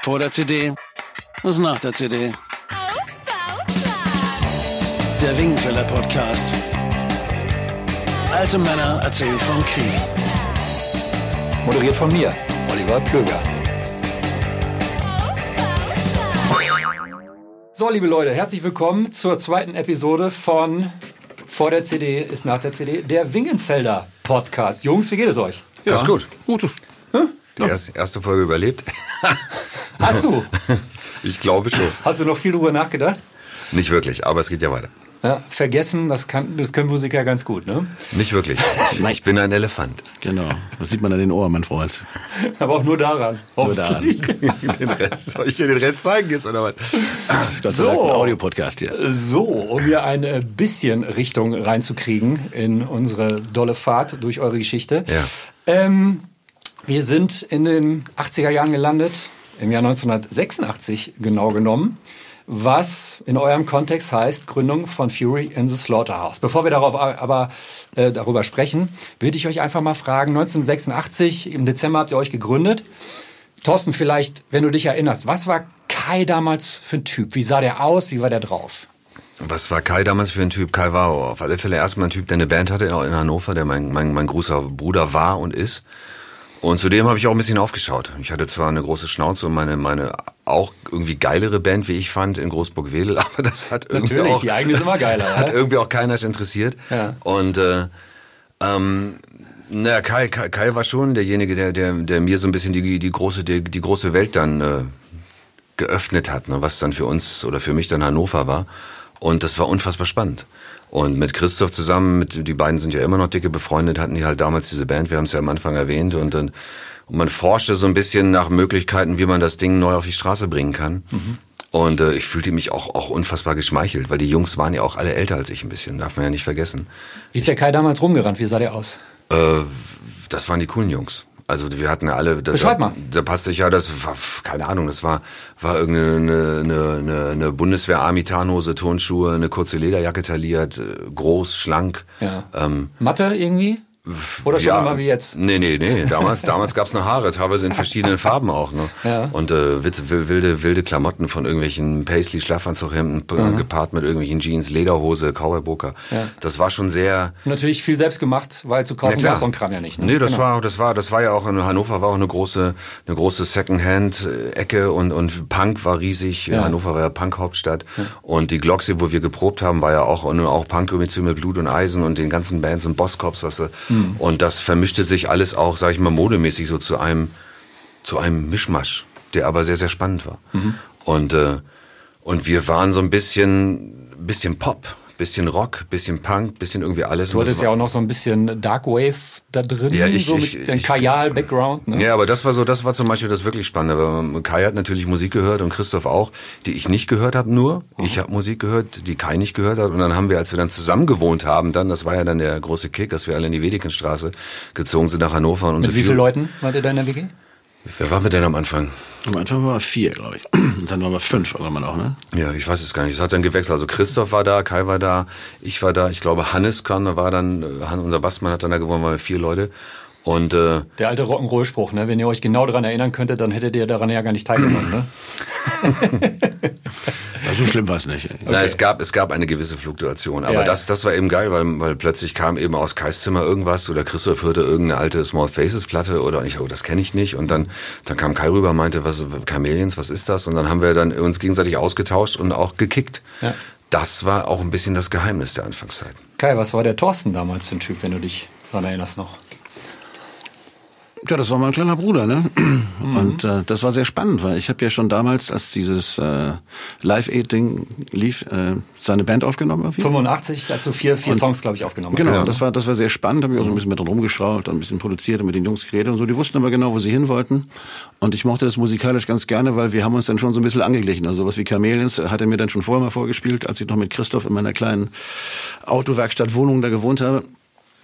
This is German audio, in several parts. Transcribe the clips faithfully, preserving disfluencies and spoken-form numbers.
Vor der C D, was nach der C D. Der Wingenfeller Podcast. Alte Männer erzählen vom Krieg. Moderiert von mir, Oliver Plöger. So, liebe Leute, herzlich willkommen zur zweiten Episode von Vor der C D ist nach der C D, der Wingenfelder Podcast. Jungs, wie geht es euch? Ja, ja ist gut. Gut. Hm? Die erste, erste Folge überlebt. Hast du? Ich glaube schon. Hast du noch viel drüber nachgedacht? Nicht wirklich, aber es geht ja weiter. Ja, vergessen, das, kann, das können Musiker ganz gut, ne? Nicht wirklich. Ich bin ein Elefant. Genau, das sieht man an den Ohren, mein Freund. Aber auch nur daran. Nur daran. Den Rest, soll ich dir den Rest zeigen jetzt, oder was? Gott sei Dank, ein Audio-Podcast hier. So, um hier ein bisschen Richtung reinzukriegen in unsere dolle Fahrt durch eure Geschichte. Ja. Ähm, wir sind in den achtziger Jahren gelandet, im Jahr neunzehnhundertsechsundachtzig genau genommen. Was in eurem Kontext heißt Gründung von Fury in the Slaughterhouse. Bevor wir darauf aber äh, darüber sprechen, würde ich euch einfach mal fragen, neunzehnhundertsechsundachtzig, im Dezember habt ihr euch gegründet. Thorsten, vielleicht, wenn du dich erinnerst, was war Kai damals für ein Typ? Wie sah der aus? Wie war der drauf? Was war Kai damals für ein Typ? Kai war auf alle Fälle erstmal ein Typ, der eine Band hatte in Hannover, der mein, mein, mein großer Bruder war und ist. Und zudem habe ich auch ein bisschen aufgeschaut. Ich hatte zwar eine große Schnauze und meine, meine auch irgendwie geilere Band, wie ich fand, in Großburg-Wedel, aber das hat irgendwie Natürlich, auch, die eigene ist immer geiler. hat ja? irgendwie auch keiner interessiert. Ja. Und äh, ähm, naja, Kai, Kai, Kai war schon derjenige, der, der, der mir so ein bisschen die, die große, die, die große Welt dann äh, geöffnet hat, ne, was dann für uns oder für mich dann Hannover war. Und das war unfassbar spannend. Und mit Christoph zusammen, mit, die beiden sind ja immer noch dicke befreundet, hatten die halt damals diese Band, wir haben es ja am Anfang erwähnt, und dann und man forschte so ein bisschen nach Möglichkeiten, wie man das Ding neu auf die Straße bringen kann. Mhm. Und äh, ich fühlte mich auch, auch unfassbar geschmeichelt, weil die Jungs waren ja auch alle älter als ich ein bisschen, darf man ja nicht vergessen. Wie ist der Kai damals rumgerannt? Wie sah der aus? Äh, das waren die coolen Jungs. Also wir hatten ja alle... Da, Beschreib mal. Da, da passte ich ja, das war, keine Ahnung, das war war irgendeine eine, eine, eine Bundeswehr-Army-Tarnhose, Turnschuhe, eine kurze Lederjacke tailliert, groß, schlank. Ja. Ähm, Matte irgendwie? Oder schon ja, immer wie jetzt? Nee, nee, nee. Damals, damals gab's noch Haare, teilweise in verschiedenen Farben auch. Ne? Ja. Und äh, wilde, wilde Klamotten von irgendwelchen Paisley-Schlafanzughemden, mhm. gepaart mit irgendwelchen Jeans, Lederhose, Cowboy-Boker. Ja. Das war schon sehr... Natürlich viel selbst gemacht, weil zu kaufen gab's so einen Kram ja nicht. Ne? Nee, das genau. war, das war, das war ja auch in Hannover war auch eine große, eine große Secondhand-Ecke und und Punk war riesig. Ja. Hannover war ja Punk-Hauptstadt. Ja. Und die Glocksy, wo wir geprobt haben, war ja auch und auch Punk mit Blut und Eisen und den ganzen Bands und Bosscops, was du. Mhm. Und das vermischte sich alles auch, sag ich mal, modemäßig so zu einem, zu einem Mischmasch, der aber sehr, sehr spannend war. Mhm. Und, äh, und wir waren so ein bisschen, bisschen Pop, bisschen Rock, bisschen Punk, bisschen irgendwie alles. Du hattest ja auch noch so ein bisschen Dark Wave da drin, ja, ich, so mit ich, dem Kajal-Background. Ne? Ja, aber das war so, das war zum Beispiel das wirklich Spannende. Weil Kai hat natürlich Musik gehört und Christoph auch, die ich nicht gehört habe nur. Mhm. Ich habe Musik gehört, die Kai nicht gehört hat. Und dann haben wir, als wir dann zusammen gewohnt haben, dann, das war ja dann der große Kick, dass wir alle in die Wedekinstraße gezogen sind nach Hannover. Und mit wie vielen Leuten wart ihr da in der W G? Wer waren wir denn am Anfang? Am Anfang waren wir vier, glaube ich. Und dann waren wir fünf, irgendwann auch, ne? Ja, ich weiß es gar nicht. Es hat dann gewechselt. Also Christoph war da, Kai war da, ich war da. Ich glaube, Hannes kam, da war dann, unser Bassmann hat dann da gewonnen, waren wir vier Leute. Und, äh, der alte Rock'n'Roll-Spruch, ne? Wenn ihr euch genau daran erinnern könntet, dann hättet ihr daran ja gar nicht teilgenommen, ne? Ja, so schlimm war es nicht. Okay. Na, es gab, es gab eine gewisse Fluktuation. Aber ja, das, das war eben geil, weil, weil plötzlich kam eben aus Kais Zimmer irgendwas oder Christoph hörte irgendeine alte Small Faces Platte oder ich, oh, das kenne ich nicht. Und dann, dann kam Kai rüber, meinte, was, Chameleons, was ist das? Und dann haben wir dann uns gegenseitig ausgetauscht und auch gekickt. Ja. Das war auch ein bisschen das Geheimnis der Anfangszeit. Kai, was war der Thorsten damals für ein Typ, wenn du dich daran erinnerst noch? Ja, das war mein kleiner Bruder, ne? Mhm. Und äh, das war sehr spannend, weil ich habe ja schon damals, als dieses äh, Live-Aid-Ding lief, äh, seine Band aufgenommen. Irgendwie. fünfundachtzig, also vier, vier und, Songs, glaube ich, aufgenommen. Genau, ja. das war das war sehr spannend, habe ich auch so ein bisschen mit drin rumgeschraubt, ein bisschen produziert und mit den Jungs geredet und so. Die wussten aber genau, wo sie hin wollten. Und ich mochte das musikalisch ganz gerne, weil wir haben uns dann schon so ein bisschen angeglichen. Also sowas wie Chameleons hat er mir dann schon vorher mal vorgespielt, als ich noch mit Christoph in meiner kleinen Autowerkstatt-Wohnung da gewohnt habe.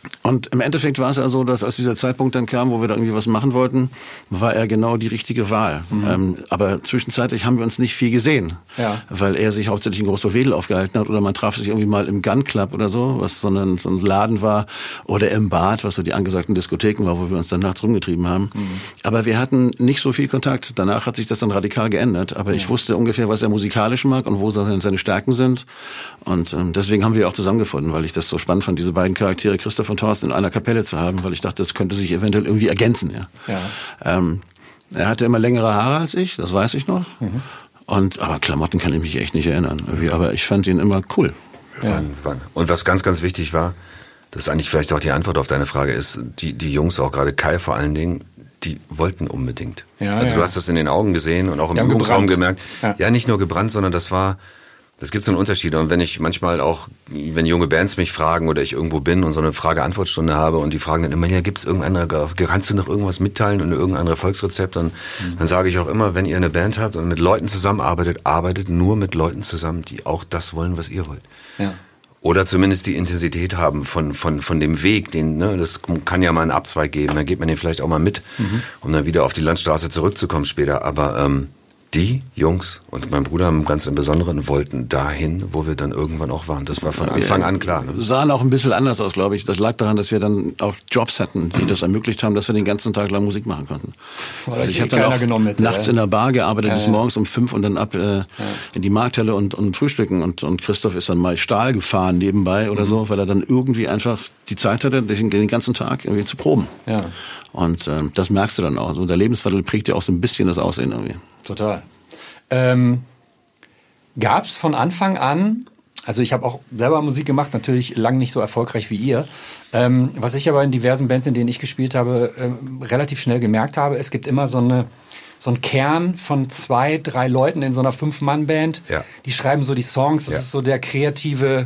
Und im Endeffekt war es ja so, dass als dieser Zeitpunkt dann kam, wo wir da irgendwie was machen wollten, war er genau die richtige Wahl. Mhm. Ähm, aber zwischenzeitlich haben wir uns nicht viel gesehen, ja. weil er sich hauptsächlich in Großburg-Wedel aufgehalten hat oder man traf sich irgendwie mal im Gun Club oder so, was so ein, so ein Laden war, oder im Bad, was so die angesagten Diskotheken war, wo wir uns dann nachts rumgetrieben haben. Mhm. Aber wir hatten nicht so viel Kontakt. Danach hat sich das dann radikal geändert. Aber ja. ich wusste ungefähr, was er musikalisch mag und wo seine Stärken sind. Und ähm, deswegen haben wir auch zusammengefunden, weil ich das so spannend fand, diese beiden Charaktere, Christoph und Thorsten, in einer Kapelle zu haben, weil ich dachte, das könnte sich eventuell irgendwie ergänzen. Ja. Ja. Ähm, er hatte immer längere Haare als ich, das weiß ich noch. Mhm. Und aber Klamotten kann ich mich echt nicht erinnern. Irgendwie, aber ich fand ihn immer cool. Ja. Und was ganz, ganz wichtig war, das ist eigentlich vielleicht auch die Antwort auf deine Frage, ist, die, die Jungs, auch gerade Kai vor allen Dingen, die wollten unbedingt. Ja, also ja. du hast das in den Augen gesehen und auch im Übungsraum gemerkt. Ja. ja, nicht nur gebrannt, sondern das war, das gibt so einen Unterschied. Und wenn ich manchmal auch, wenn junge Bands mich fragen oder ich irgendwo bin und so eine Frage-Antwort-Stunde habe und die fragen dann immer, ja, gibt's irgendeine, kannst du noch irgendwas mitteilen und irgendein Erfolgsrezept? Und mhm. dann sage ich auch immer, wenn ihr eine Band habt und mit Leuten zusammenarbeitet, arbeitet nur mit Leuten zusammen, die auch das wollen, was ihr wollt. Ja. Oder zumindest die Intensität haben von, von, von dem Weg, den, ne, das kann ja mal einen Abzweig geben, dann geht man den vielleicht auch mal mit, mhm. um dann wieder auf die Landstraße zurückzukommen später, aber, ähm, die Jungs und mein Bruder im ganz im Besonderen wollten dahin, wo wir dann irgendwann auch waren. Das war von Anfang an klar. Ne? Sahen auch ein bisschen anders aus, glaube ich. Das lag daran, dass wir dann auch Jobs hatten, die das ermöglicht haben, dass wir den ganzen Tag lang Musik machen konnten. Also ich habe dann auch hätte, nachts ja. in der Bar gearbeitet ja, bis ja. morgens um fünf und dann ab äh, ja. in die Markthalle und, und frühstücken. Und, und Christoph ist dann mal Stahl gefahren nebenbei oder mhm. so, weil er dann irgendwie einfach die Zeit hatte, den, den ganzen Tag irgendwie zu proben. Ja. Und äh, das merkst du dann auch. Also der Lebenswandel prägt ja auch so ein bisschen das Aussehen irgendwie. Total. Ähm, gab es von Anfang an, also ich habe auch selber Musik gemacht, natürlich lang nicht so erfolgreich wie ihr, ähm, was ich aber in diversen Bands, in denen ich gespielt habe, ähm, relativ schnell gemerkt habe, es gibt immer so eine so ein Kern von zwei, drei Leuten in so einer Fünf-Mann-Band, ja. die schreiben so die Songs, das ja. ist so der kreative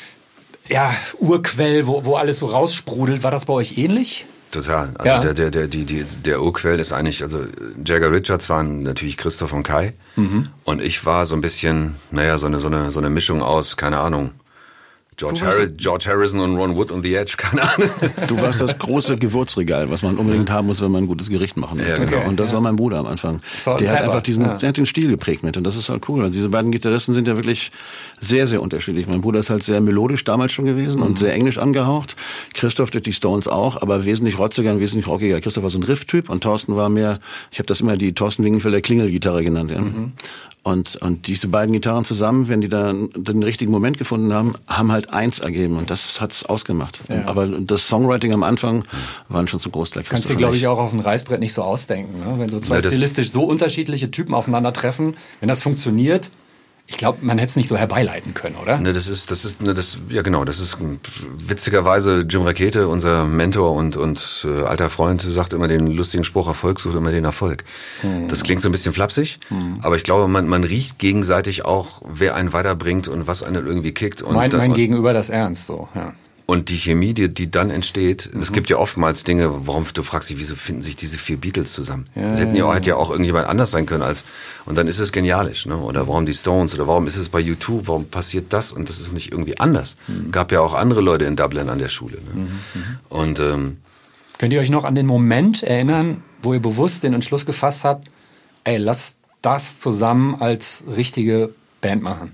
ja, Urquell, wo, wo alles so raussprudelt. War das bei euch ähnlich? Total. Also ja. der, der, der, die, die, der Urquell ist eigentlich, also Jagger Richards waren natürlich Christoph und Kai. Mhm. Und ich war so ein bisschen, naja, so eine, so eine, so eine Mischung aus, keine Ahnung, George, Harri- George Harrison und Ron Wood on the Edge, keine Ahnung. Du warst das große Gewürzregal, was man unbedingt haben muss, wenn man ein gutes Gericht machen möchte. Ja, genau. Und das ja. war mein Bruder am Anfang. Salt der hat Pepper. einfach diesen, ja. der hat den Stil geprägt mit. Und das ist halt cool. Also diese beiden Gitarristen sind ja wirklich sehr, sehr unterschiedlich. Mein Bruder ist halt sehr melodisch damals schon gewesen mhm. und sehr englisch angehaucht. Christoph durch die Stones auch, aber wesentlich rotziger und wesentlich rockiger. Christoph war so ein Riff-Typ und Thorsten war mehr, ich habe das immer die Thorsten Wingenfelder Klingelgitarre genannt. Ja. Mhm. Und, und diese beiden Gitarren zusammen, wenn die dann den richtigen Moment gefunden haben, haben halt eins ergeben. Und das hat's ausgemacht. Ja. Aber das Songwriting am Anfang waren schon zu groß. Der kannst du, glaube ich, auch auf dem Reißbrett nicht so ausdenken. Ne? Wenn so zwei ja, stilistisch so unterschiedliche Typen aufeinandertreffen, wenn das funktioniert, ich glaube, man hätte es nicht so herbeileiten können, oder? Ne, das ist, das ist, ne, das, ja genau, das ist witzigerweise Jim Rakete, unser Mentor und und äh, alter Freund, sagt immer den lustigen Spruch: Erfolg sucht immer den Erfolg. Hm. Das klingt so ein bisschen flapsig, hm. aber ich glaube, man man riecht gegenseitig auch, wer einen weiterbringt und was einen irgendwie kickt. Und mein mein und, Gegenüber das ernst, so ja. Und die Chemie, die, die dann entsteht, mhm. es gibt ja oftmals Dinge, warum du fragst dich, wieso finden sich diese vier Beatles zusammen? Ja, das hätten ja, hätte ja auch irgendjemand anders sein können als, und dann ist es genialisch, ne? Oder warum die Stones, oder warum ist es bei U zwei, warum passiert das und das ist nicht irgendwie anders? Mhm. Gab ja auch andere Leute in Dublin an der Schule, ne? Mhm. Und, ähm, könnt ihr euch noch an den Moment erinnern, wo ihr bewusst den Entschluss gefasst habt, ey, lass das zusammen als richtige Band machen?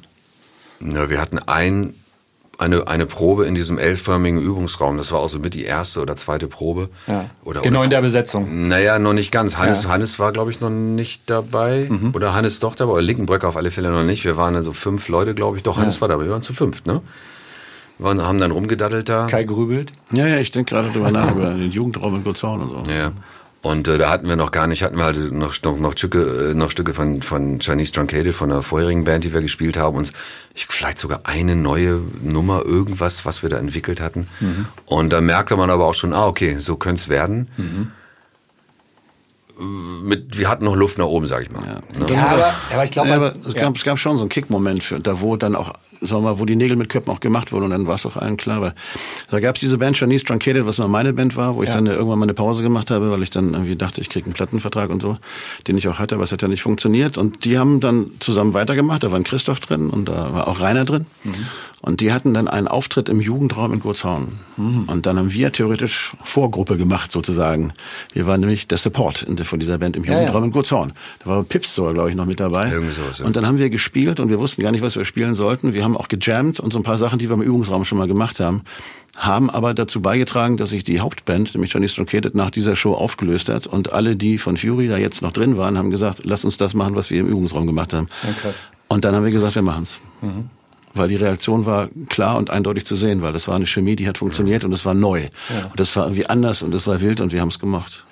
Ja, wir hatten ein, Eine, eine Probe in diesem L-förmigen Übungsraum. Das war auch so mit die erste oder zweite Probe. Ja. Oder, genau oder, in der Besetzung. Naja, noch nicht ganz. Hannes, ja. Hannes war, glaube ich, noch nicht dabei. Mhm. Oder Hannes doch dabei. Oder Lickenbröcker auf alle Fälle noch nicht. Wir waren dann so fünf Leute, glaube ich. Doch, Hannes ja. war dabei. Wir waren zu fünft, ne? Wir waren, haben dann rumgedaddelt da. Kai grübelt. Ja, ja, ich denke gerade drüber nach, über den Jugendraum in Gutzhorn und so. Ja. Und äh, da hatten wir noch gar nicht, hatten wir halt noch noch noch Stücke, äh, noch Stücke von von Chinese Truncated, von der vorherigen Band, die wir gespielt haben, und ich, vielleicht sogar eine neue Nummer, irgendwas, was wir da entwickelt hatten. Mhm. Und da merkte man aber auch schon, ah, okay, so könnte es werden. Mhm. Mit, wir hatten noch Luft nach oben, sag ich mal. Ja, ne? ja aber, aber ich glaube, ja, es, ja. es, gab, es gab schon so einen Kick-Moment, für, da wo dann auch sagen wir mal, wo die Nägel mit Köpfen auch gemacht wurden und dann war es auch allen klar, weil da gab es diese Band Chinese Truncated, was mal meine Band war, wo ich ja. dann irgendwann mal eine Pause gemacht habe, weil ich dann irgendwie dachte, ich kriege einen Plattenvertrag und so, den ich auch hatte, aber es hat ja nicht funktioniert und die haben dann zusammen weitergemacht, da war ein Christoph drin und da war auch Rainer drin mhm. und die hatten dann einen Auftritt im Jugendraum in Gurtzhausen mhm. und dann haben wir theoretisch Vorgruppe gemacht sozusagen. Wir waren nämlich der Support von dieser Band im Jugendraum ja, ja. in Gurtzhausen. Da war Pips sogar, glaube ich, noch mit dabei. Irgendwie sowas, ja. Und dann haben wir gespielt und wir wussten gar nicht, was wir spielen sollten. Wir haben auch gejammt und so ein paar Sachen, die wir im Übungsraum schon mal gemacht haben, haben aber dazu beigetragen, dass sich die Hauptband, nämlich Chinese Truncated, nach dieser Show aufgelöst hat und alle, die von Fury da jetzt noch drin waren, haben gesagt, lass uns das machen, was wir im Übungsraum gemacht haben. Ja, krass. Und dann haben wir gesagt, wir machen's. Mhm. Weil die Reaktion war klar und eindeutig zu sehen, weil das war eine Chemie, die hat funktioniert und es war neu. Ja. Und das war irgendwie anders und es war wild und wir haben es gemacht.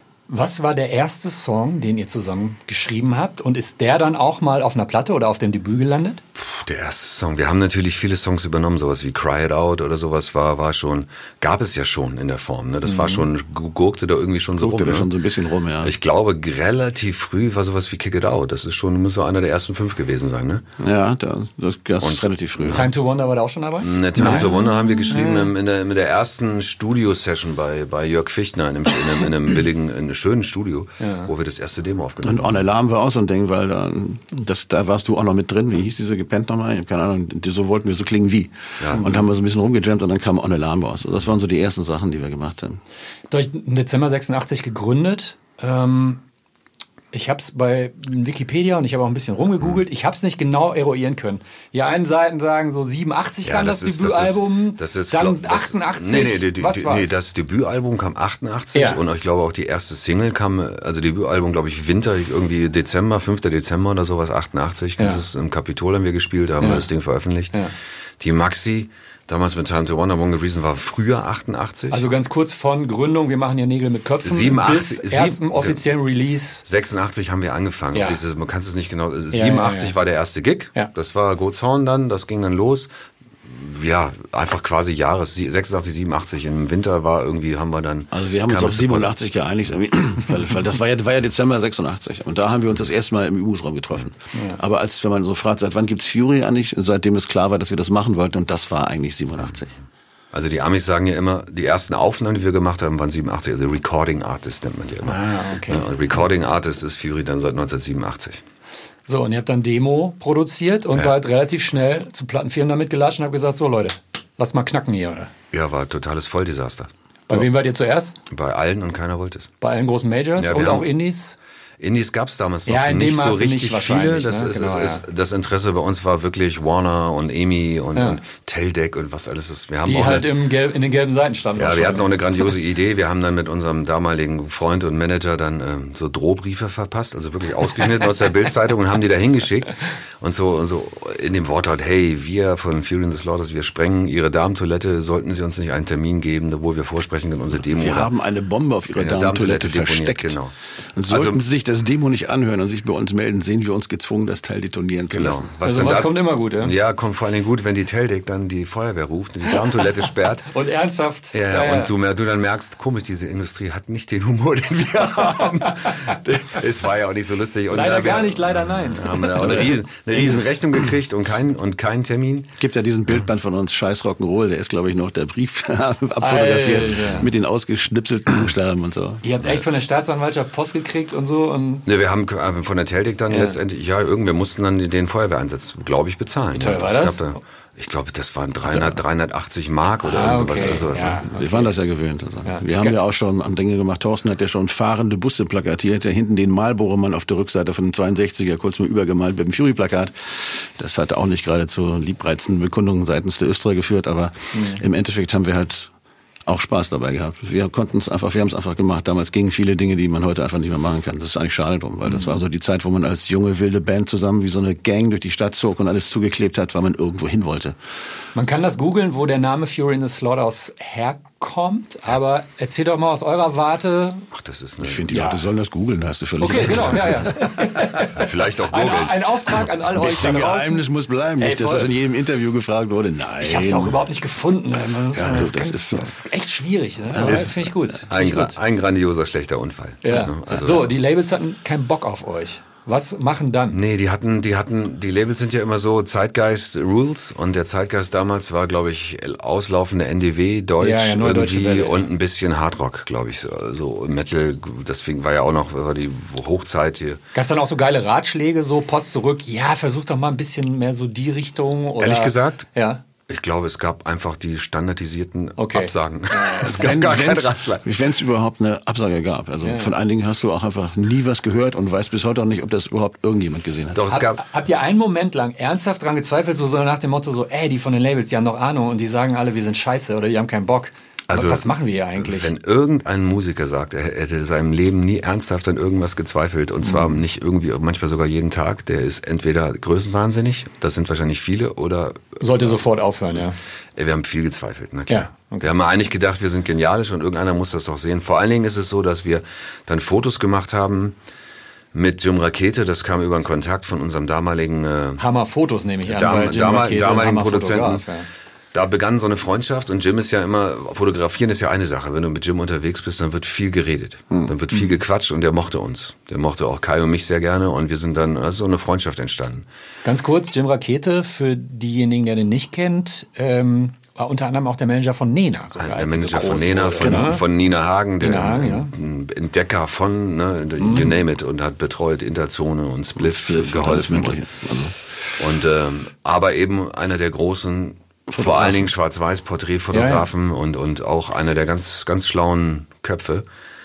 Was war der erste Song, den ihr zusammen geschrieben habt? Und ist der dann auch mal auf einer Platte oder auf dem Debüt gelandet? Der erste Song. Wir haben natürlich viele Songs übernommen, sowas wie Cry It Out oder sowas war war schon, gab es ja schon in der Form. Ne? Das mhm. war schon, gurkte da irgendwie schon gurkte so rum. da ne? schon so ein bisschen rum, ja. Ich glaube, relativ früh war sowas wie Kick It Out. Das ist schon, muss so einer der ersten fünf gewesen sein, ne? Ja, das, das, das ist relativ früh. Time to Wonder war da auch schon dabei? Ne, Time Nein. to Wonder haben wir geschrieben Nein. in der, mit der ersten Studio-Session bei, bei Jörg Fichtner in einem, in einem, in einem billigen, in einem schönen Studio. Ja. Wo wir das erste Demo aufgenommen haben. Und On Alarm war auch so ein Ding, weil da, das, da warst du auch noch mit drin. Wie hieß diese Band nochmal? Ich habe keine Ahnung. Die, so wollten wir so klingen wie. Ja. Und haben wir so ein bisschen rumgejammt und dann kam On Alarm raus. Das waren so die ersten Sachen, die wir gemacht haben. Du hast im Dezember sechsundachtzig gegründet. Ähm, ich habe es bei Wikipedia und ich habe auch ein bisschen rumgegoogelt. Ich habe es nicht genau eruieren können. Die einen Seiten sagen so siebenundachtzig ja, kam das, das ist, Debütalbum, das ist, das ist dann das, achtundachtzig. Nee, nee, die, die, Was war's? nee, das Debütalbum kam achtundachtzig ja. und ich glaube auch die erste Single kam, also Debütalbum glaube ich Winter, irgendwie Dezember, fünfter Dezember oder sowas, achtundachtzig. Ja. Das ist im Kapitol haben wir gespielt, da haben ja. wir das Ding veröffentlicht. Ja. Die Maxi, damals mit Time to Wonder, One Reason war früher achtundachtzig. Also ganz kurz von Gründung, wir machen ja Nägel mit Köpfen, siebenundachtzig, bis ersten offiziellen Release. sechsundachtzig haben wir angefangen. Ja. Dieses, man kann es nicht genau, ja, siebenundachtzig ja, ja. war der erste Gig. Ja. Das war Gurtzhausen dann, das ging dann los. Ja, einfach quasi Jahres, sechsundachtzig, siebenundachtzig. Im Winter war irgendwie, haben wir dann... Also wir haben uns auf siebenundachtzig geeinigt, weil, weil das war ja, war ja Dezember sechsundachtzig. Und da haben wir uns das erste Mal im Übungsraum getroffen. Ja. Aber als, wenn man so fragt, seit wann gibt's Fury eigentlich? Seitdem es klar war, dass wir das machen wollten. Und das war eigentlich siebenundachtzig. Also die Amis sagen ja immer, die ersten Aufnahmen, die wir gemacht haben, waren siebenundachtzig. Also Recording Artist nennt man die immer. Ah, okay. Ja, und Recording Artist ist Fury dann seit neunzehnhundertsiebenundachtzig. So, und ihr habt dann Demo produziert und ja. seid relativ schnell zu Plattenfirmen damit gelatscht und habt gesagt, so Leute, lass mal knacken hier, oder? Ja, war totales Volldesaster. Bei ja. wem wart ihr zuerst? Bei allen und keiner wollte es. Bei allen großen Majors ja, und auch Indies? Indies gab es damals noch ja, nicht so nicht richtig viele. Das, ne? ist, genau, ist, ist, das Interesse bei uns war wirklich Warner und EMI und, ja. und Teldec und was alles ist. Wir haben die auch halt eine, im Gelb, in den gelben Seiten standen. Ja, wir hatten auch eine grandiose Idee. Wir haben dann mit unserem damaligen Freund und Manager dann ähm, so Drohbriefe verpasst, also wirklich ausgeschnitten aus der Bildzeitung und haben die da hingeschickt. Und so, und so in dem Wortlaut, hey, wir von Fury and the Slaughters, wir sprengen Ihre Damentoilette, sollten Sie uns nicht einen Termin geben, wo wir vorsprechen können, unsere Demo. Wir haben eine Bombe auf Ihrer Damentoilette versteckt. Genau. Und sollten also, Sie sich das Demo nicht anhören und sich bei uns melden, sehen wir uns gezwungen, das Teil detonieren zu genau. lassen. Was also was da, kommt immer gut, ja? Ja, kommt vor allen Dingen gut, wenn die Teldec dann die Feuerwehr ruft und die Damentoilette sperrt. Und ernsthaft. Ja, ja, und du, du dann merkst, komisch, diese Industrie hat nicht den Humor, den wir haben. Es war ja auch nicht so lustig. Und leider gar nicht, leider nein. Haben wir da auch eine riesen, eine riesen Rechnung gekriegt und keinen und keinen Termin. Es gibt ja diesen Bildband von uns, Scheiß Rock'n'Roll, der ist, glaube ich, noch der Brief abfotografiert Alter. Mit den ausgeschnipselten Buchstaben und so. Ihr habt echt von der Staatsanwaltschaft Post gekriegt und so? Und ne, wir haben von der Teldec dann ja. letztendlich, ja, irgendwer mussten dann den Feuerwehreinsatz, glaube ich, bezahlen. Wie teuer war das? Ich glaube, ich glaube, das waren dreihundert, dreihundertachtzig Mark oder ah, sowas. Okay. Also, ja, okay. Wir waren das ja gewöhnt. Also. Ja. Wir haben ja auch schon an Dinge gemacht. Thorsten hat ja schon fahrende Busse plakatiert, der hinten den Marlboro-Mann auf der Rückseite von dem zweiundsechziger kurz mal übergemalt mit dem Fury-Plakat. Das hat auch nicht gerade zu liebreizenden Bekundungen seitens der Österreicher geführt, aber mhm. im Endeffekt haben wir halt auch Spaß dabei gehabt. Wir konnten es einfach, wir haben es einfach gemacht. Damals gingen viele Dinge, die man heute einfach nicht mehr machen kann. Das ist eigentlich schade drum, weil das war so die Zeit, wo man als junge, wilde Band zusammen wie so eine Gang durch die Stadt zog und alles zugeklebt hat, weil man irgendwo hin wollte. Man kann das googeln, wo der Name Fury in the Slaughterhouse herkommt, aber erzähl doch mal aus eurer Warte. Ach, das ist eine... Ich finde, die ja. Leute sollen das googeln, da hast du völlig Okay, recht. genau, ja, ja. Vielleicht auch googeln. Ein, ein Auftrag an all ein euch da draußen. Geheimnis muss bleiben, Ey, nicht, dass das in jedem Interview gefragt wurde. Nein. Ich habe es auch überhaupt nicht gefunden. Das, ja, das, das, ganz, ist so. das ist echt schwierig. Ne? Ja, das finde ich gut. Ein, find ich gut. ein grandioser, schlechter Unfall. Ja. Also, so, die Labels hatten keinen Bock auf euch. Was machen dann? Nee, die hatten, die hatten, die Labels sind ja immer so Zeitgeist Rules und der Zeitgeist damals war, glaube ich, auslaufende N D W, Deutsch ja, ja, nur irgendwie Welle, und ein bisschen Hardrock, glaube ich, so, so Metal, deswegen war ja auch noch war die Hochzeit hier. Gab es dann auch so geile Ratschläge, so Post zurück, ja, versuch doch mal ein bisschen mehr so die Richtung? Oder? Ehrlich gesagt? Ja. Ich glaube, es gab einfach die standardisierten okay. Absagen. Ja, es gab gar keinen Ratschlag. Wenn es überhaupt eine Absage gab. Also ja. von einigen hast du auch einfach nie was gehört und weißt bis heute auch nicht, ob das überhaupt irgendjemand gesehen hat. Doch, es Hab, gab habt ihr einen Moment lang ernsthaft dran gezweifelt, so nach dem Motto so, ey, die von den Labels, die haben noch Ahnung und die sagen alle, wir sind scheiße oder die haben keinen Bock. Also, was machen wir hier eigentlich? Wenn irgendein Musiker sagt, er hätte in seinem Leben nie ernsthaft an irgendwas gezweifelt, und zwar mhm. nicht irgendwie, manchmal sogar jeden Tag, der ist entweder größenwahnsinnig, das sind wahrscheinlich viele, oder... Sollte sofort aufhören, ja. Wir haben viel gezweifelt, na klar. Ja, okay. Wir haben eigentlich gedacht, wir sind genialisch und irgendeiner muss das doch sehen. Vor allen Dingen ist es so, dass wir dann Fotos gemacht haben mit Jim Rakete, das kam über einen Kontakt von unserem damaligen... Äh, Hammer-Fotos nehme ich an, Dam- weil Jim Dam- Rakete damaligen ein Produzenten. Hammer-Fotograf, ja. Da begann so eine Freundschaft und Jim ist ja immer, fotografieren ist ja eine Sache. Wenn du mit Jim unterwegs bist, dann wird viel geredet. Hm. Dann wird viel hm. gequatscht und der mochte uns. Der mochte auch Kai und mich sehr gerne und wir sind dann, also so eine Freundschaft entstanden. Ganz kurz, Jim Rakete, für diejenigen, der den nicht kennt, ähm, war unter anderem auch der Manager von Nena. Sogar, der Manager so von Nena, wurde. von, genau. von Nina Hagen, der Nina Hagen, ja. Entdecker von, ne, you mm. name it, und hat betreut Interzone und Spliff, Spliff geholfen. Und, also. und ähm, aber eben einer der großen, vor allen Dingen Schwarz-Weiß-Porträtfotografen ja, ja. und und auch einer der ganz ganz schlauen Köpfe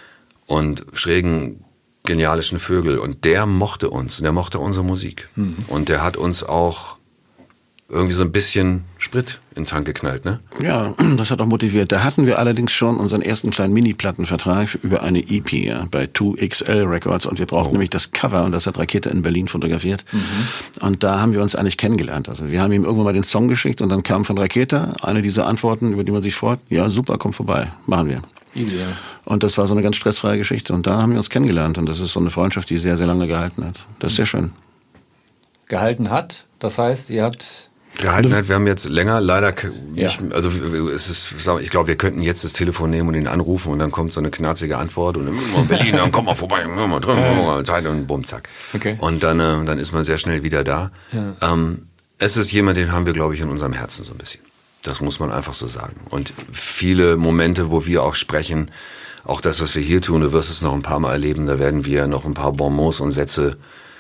und schrägen genialischen Vögel, und der mochte uns, und der mochte unsere Musik mhm. und der hat uns auch irgendwie so ein bisschen Sprit in den Tank geknallt, ne? Ja, das hat auch motiviert. Da hatten wir allerdings schon unseren ersten kleinen Mini-Plattenvertrag über eine E P ja, bei zwei X L Records, und wir brauchten oh. nämlich das Cover, und das hat Rakete in Berlin fotografiert. Mhm. Und da haben wir uns eigentlich kennengelernt. Also wir haben ihm irgendwann mal den Song geschickt und dann kam von Rakete eine dieser Antworten, über die man sich freut. Ja, super, komm vorbei, machen wir. Easy, ja. Und das war so eine ganz stressfreie Geschichte. Und da haben wir uns kennengelernt, und das ist so eine Freundschaft, die sehr, sehr lange gehalten hat. Das ist sehr schön. Gehalten hat? Das heißt, ihr habt... Gehalten hat, wir haben jetzt länger leider nicht, ja. also es ist, ich glaube, wir könnten jetzt das Telefon nehmen und ihn anrufen und dann kommt so eine knarzige Antwort und in Berlin, dann kommt mal vorbei, mal drin, Zeit und bumm, zack. Okay. Und dann, äh, dann ist man sehr schnell wieder da. Ja. Ähm, es ist jemand, den haben wir, glaube ich, in unserem Herzen so ein bisschen. Das muss man einfach so sagen. Und viele Momente, wo wir auch sprechen, auch das, was wir hier tun, du wirst es noch ein paar Mal erleben, da werden wir noch ein paar Bonmots und Sätze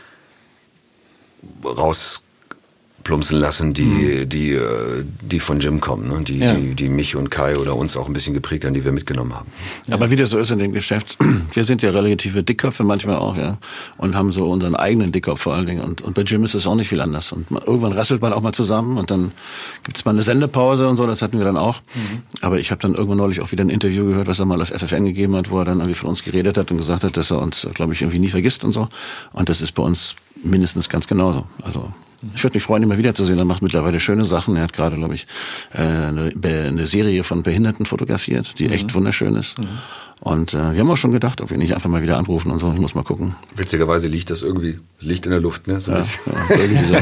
raus plumpsen lassen, die, mhm. die, die von Jim kommen, ne? die, ja. die, die mich und Kai oder uns auch ein bisschen geprägt haben, die wir mitgenommen haben. Ja. Aber wie das so ist in dem Geschäft, wir sind ja relative Dickköpfe manchmal auch, ja, und haben so unseren eigenen Dickkopf vor allen Dingen. Und, und bei Jim ist es auch nicht viel anders. Und man, irgendwann rasselt man auch mal zusammen und dann gibt's mal eine Sendepause und so, das hatten wir dann auch. Mhm. Aber ich habe dann irgendwann neulich auch wieder ein Interview gehört, was er mal auf F F N gegeben hat, wo er dann irgendwie von uns geredet hat und gesagt hat, dass er uns, glaube ich, irgendwie nie vergisst und so. Und das ist bei uns mindestens ganz genauso. Also ich würde mich freuen, ihn mal wiederzusehen. Er macht mittlerweile schöne Sachen. Er hat gerade, glaube ich, eine, eine Serie von Behinderten fotografiert, die mhm. echt wunderschön ist. Mhm. Und äh, wir haben auch schon gedacht, ob wir nicht einfach mal wieder anrufen und so. Ich muss mal gucken. Witzigerweise liegt das irgendwie, liegt in der Luft, ne? So ein ja, bisschen. Ja, irgendwie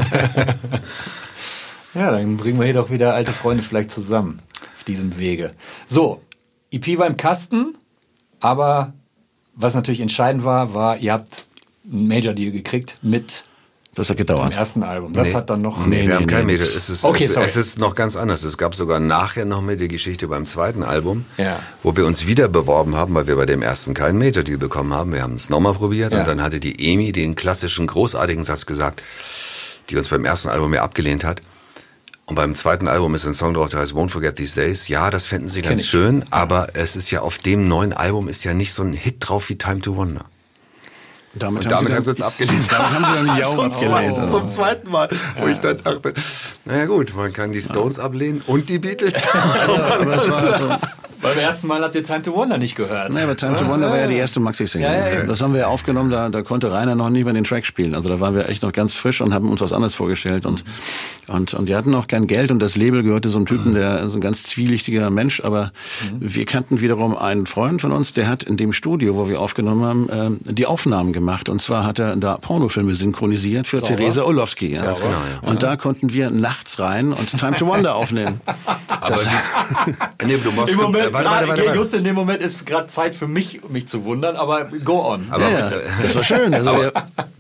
so. Ja, dann bringen wir hier doch wieder alte Freunde vielleicht zusammen auf diesem Wege. So, E P war im Kasten, aber was natürlich entscheidend war, war, ihr habt einen Major-Deal gekriegt mit... Das hat gedauert. Im ersten Album. Das nee. hat dann noch... Nee, nee wir nee, haben kein nee. Major. Es ist, okay, es, sorry. es ist noch ganz anders. Es gab sogar nachher noch mehr die Geschichte beim zweiten Album, ja. wo wir uns wieder beworben haben, weil wir bei dem ersten keinen Major-Deal bekommen haben. Wir haben es nochmal probiert ja. und dann hatte die Emi den klassischen, großartigen Satz gesagt, die uns beim ersten Album ja abgelehnt hat. Und beim zweiten Album ist ein Song drauf, der heißt Won't Forget These Days. Ja, das fänden sie ganz schön, aber es ist ja auf dem neuen Album ist ja nicht so ein Hit drauf wie Time to Wonder. Damit, und haben, damit sie haben sie es abgelehnt. Damit haben sie dann die Jau zum abgelehnt. Zweiten, zum zweiten Mal, wo ja. ich dann dachte, naja gut, man kann die Stones ja. ablehnen und die Beatles. Ja, aber es war also Beim ersten Mal habt ihr Time to Wonder nicht gehört. Nee, aber Time to Wonder war ja die erste Maxi-Single. Ja, ja, ja. Das haben wir ja aufgenommen, da, da konnte Rainer noch nicht mal den Track spielen. Also da waren wir echt noch ganz frisch und haben uns was anderes vorgestellt. Und, mhm. und, und wir hatten auch kein Geld und das Label gehörte so einem Typen, der so ein ganz zwielichtiger Mensch. Aber mhm. wir kannten wiederum einen Freund von uns, der hat in dem Studio, wo wir aufgenommen haben, äh, die Aufnahmen gemacht. Und zwar hat er da Pornofilme synchronisiert für Sauber. Theresa Orlowski. Ja. Ganz genau, ja. Und da konnten wir nachts rein und Time to Wonder aufnehmen. Das aber nee, du machst Im Moment, äh, warte, warte, warte, warte. Just in dem Moment ist gerade Zeit für mich, mich zu wundern, aber go on. Aber ja, bitte. Das war schön. Also aber wir,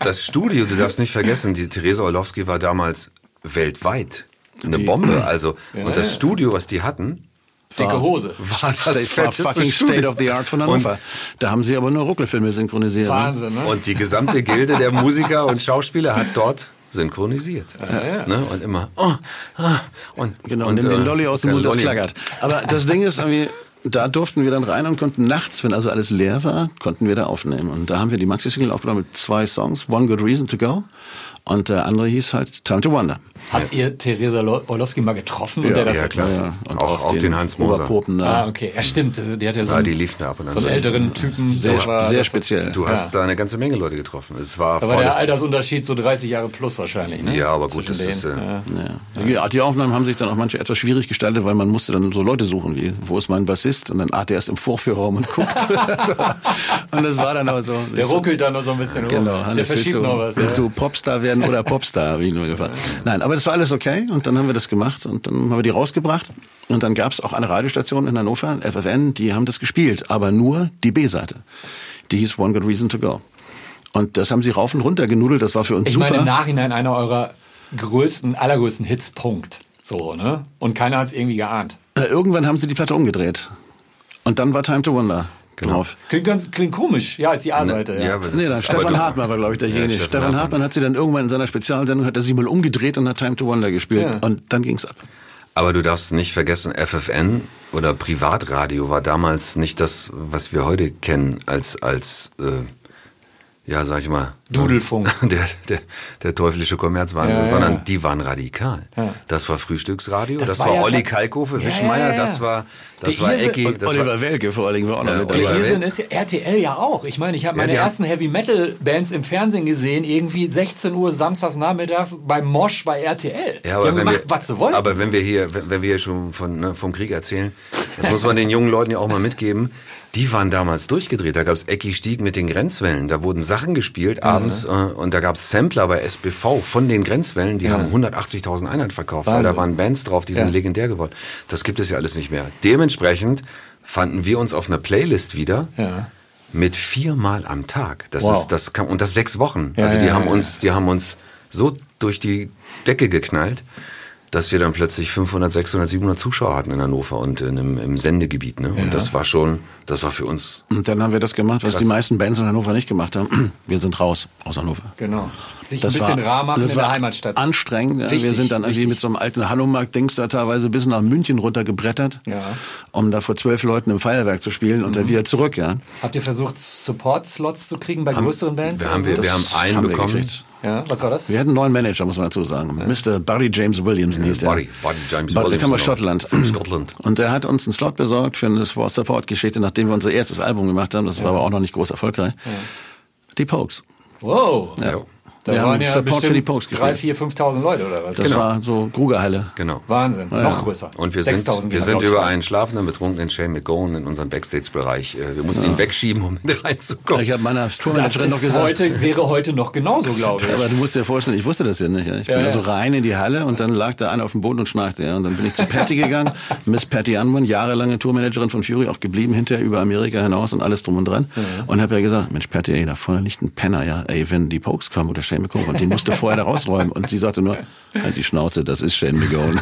das Studio, du darfst nicht vergessen, die Theresa Orlowski war damals weltweit eine Die, Bombe. Also, ja, und das ja. Studio, was die hatten, Dicke Hose. war das Das war fetteste fucking Studio. State of the Art von Hannover. Da haben sie aber nur Ruckelfilme synchronisiert. Wahnsinn, ne? Und die gesamte Gilde der Musiker und Schauspieler hat dort synchronisiert. Ja, ja. Ne? Und immer, oh, ah, und, Genau, und, nimm den äh, Lolli aus dem der Mund, das Lolli. klackert. Aber das Ding ist irgendwie, da durften wir dann rein und konnten nachts, wenn also alles leer war, konnten wir da aufnehmen. Und da haben wir die Maxi-Single aufgenommen mit zwei Songs, One Good Reason to Go und der andere hieß halt Time to Wonder. Habt ihr Theresa Orlowski mal getroffen? Und Ja, der das ja, klar. Ja, und Auch- auch den Hans Moser. Oberpopen da. Ah, okay. Ja, stimmt. Die hat ja so Ja, einen, die liefen da ab und an. so einen älteren Typen. Sehr, das war, sehr das speziell. Du hast da eine ganze Menge Leute getroffen. Es war Da war der volles- Altersunterschied so dreißig Jahre plus wahrscheinlich, ne? Ja, aber gut, Zwischen das ist, denen. äh, ja. Ja. Die Aufnahmen haben sich dann auch manchmal etwas schwierig gestaltet, weil man musste dann so Leute suchen wie, wo ist mein Bassist? Und dann ah, der ist im Vorführraum und guckt. Und das war dann aber so. Der ruckelt dann noch so ein bisschen Genau, rum. Hannes, Der verschiebt willst du, noch was. Willst Ja. du Popstar werden oder Popstar, wie ich nur gefragt. Nein, aber das war alles okay und dann haben wir das gemacht und dann haben wir die rausgebracht und dann gab es auch eine Radiostation in Hannover, F F N, die haben das gespielt, aber nur die B-Seite. Die hieß One Good Reason to Go. Und das haben sie rauf und runter genudelt, das war für uns Ich super. meine, im Nachhinein einer eurer größten, allergrößten Hits, Punkt. So, ne? Und keiner hat es irgendwie geahnt. Äh, Irgendwann haben sie die Platte umgedreht. Und dann war Time to Wonder drauf. Klingt, ganz, klingt komisch. Ja, ist die A-Seite. Ja. ja, aber das Nee, dann ist- Stefan aber du- Hartmann war, glaube ich, derjenige. Ja, Stefan, Stefan Hartmann. Hartmann hat sie dann irgendwann in seiner Spezialsendung, hat er sie mal umgedreht und hat Time to Wonder gespielt. Ja. Und dann ging's ab. Aber du darfst nicht vergessen, F F N oder Privatradio war damals nicht das, was wir heute kennen als, als äh, ja, sag ich mal, Dudelfunk. Der, der, der teuflische Kommerzwahnsinn, Ja, ja, sondern ja. die waren radikal. Ja. Das war Frühstücksradio, Das das, war war, ja Olli ta- Kalkofe, Ja, Wischmeier, ja, ja. das war, das Der war Irrsinn- Ecki, Und das Oliver war, Welke vor allen Dingen war auch noch Ja, mit Der Oliver dabei. Irrsinn ist ja R T L ja auch. Ich meine, ich habe Ja, meine die haben- ersten Heavy-Metal-Bands im Fernsehen gesehen, irgendwie sechzehn Uhr samstags nachmittags beim Mosch bei R T L. Ja, aber die haben wenn gemacht, wir, was sie wollen. Aber wenn wir hier, wenn, wenn wir hier schon von, ne, vom Krieg erzählen, das muss man den jungen Leuten ja auch mal mitgeben. Die waren damals durchgedreht. Da gab's Ecki Stieg mit den Grenzwellen. Da wurden Sachen gespielt abends äh, und da gab's Sampler bei S B V von den Grenzwellen. Die Ja. haben hundertachtzigtausend Einheiten verkauft, Wahnsinn. weil da waren Bands drauf, die sind Ja. legendär geworden. Das gibt es ja alles nicht mehr. Dementsprechend fanden wir uns auf einer Playlist wieder. Ja. Mit viermal am Tag. Das Wow. ist, das kam, und das sechs Wochen. Ja, also die ja, haben ja, uns, die haben uns so durch die Decke geknallt, dass wir dann plötzlich fünfhundert, sechshundert, siebenhundert Zuschauer hatten in Hannover und in, im, im Sendegebiet. Ne? Ja. Und das war schon, das war für uns. Und dann haben wir das gemacht, was Krass. die meisten Bands in Hannover nicht gemacht haben. Wir sind raus aus Hannover. Genau. Sich Das ein bisschen war, rar machen das in war der Heimatstadt. anstrengend. Ja, wir Wichtig, sind dann irgendwie wichtig. mit so einem alten Hallomarkt-Dings da teilweise bis nach München runtergebrettert, Ja. um da vor zwölf Leuten im Feuerwerk zu spielen und dann wieder zurück. Ja. Habt ihr versucht, Support-Slots zu kriegen bei größeren Bands? Wir oder haben, so? wir, wir haben einen haben wir bekommen. gekriegt. Ja, was war das? Wir hatten einen neuen Manager, muss man dazu sagen. Mister Barry James Williamson hieß der. Barry, Barry James Barry, der kam aus Williamson. Schottland. Scotland. Und der hat uns einen Slot besorgt für eine Support-Geschichte, nachdem wir unser erstes Album gemacht haben. Das war aber auch noch nicht groß erfolgreich. Die Pokes. Wow. Ja. Da Wir waren haben ja Support für die Pokes bestimmt drei, gespielt. vier, fünftausend Leute oder was? Das war so Grugerhalle. Genau. Wahnsinn. Noch größer. Und wir sind, sechstausend wir gehen sind glaub ich, über rein. einen schlafenden, betrunkenen Shane McGowan in unserem Backstage-Bereich. äh, Wir mussten ihn wegschieben, um mit reinzukommen. Ich habe meiner Das Tourmanagerin noch ist gesagt. heute, wäre heute noch genauso, glaube ich. Aber du musst dir vorstellen, ich wusste das ja nicht. Ja. Ich bin Ja, ja, so ja. rein in die Halle und dann lag da einer auf dem Boden und schnarchte. Ja. Und dann bin ich zu Patty gegangen, Miss Patty Unwin, jahrelange Tourmanagerin von Fury, auch geblieben hinterher über Amerika hinaus und alles drum und dran. Mhm. Und habe ja gesagt, Mensch Patty, ey, da vorne liegt ein Penner, ja. Ey, wenn die Pokes kommen oder Shane McGowan, und den musst du vorher da rausräumen. Und sie sagte nur, halt die Schnauze, das ist Shane McGowan.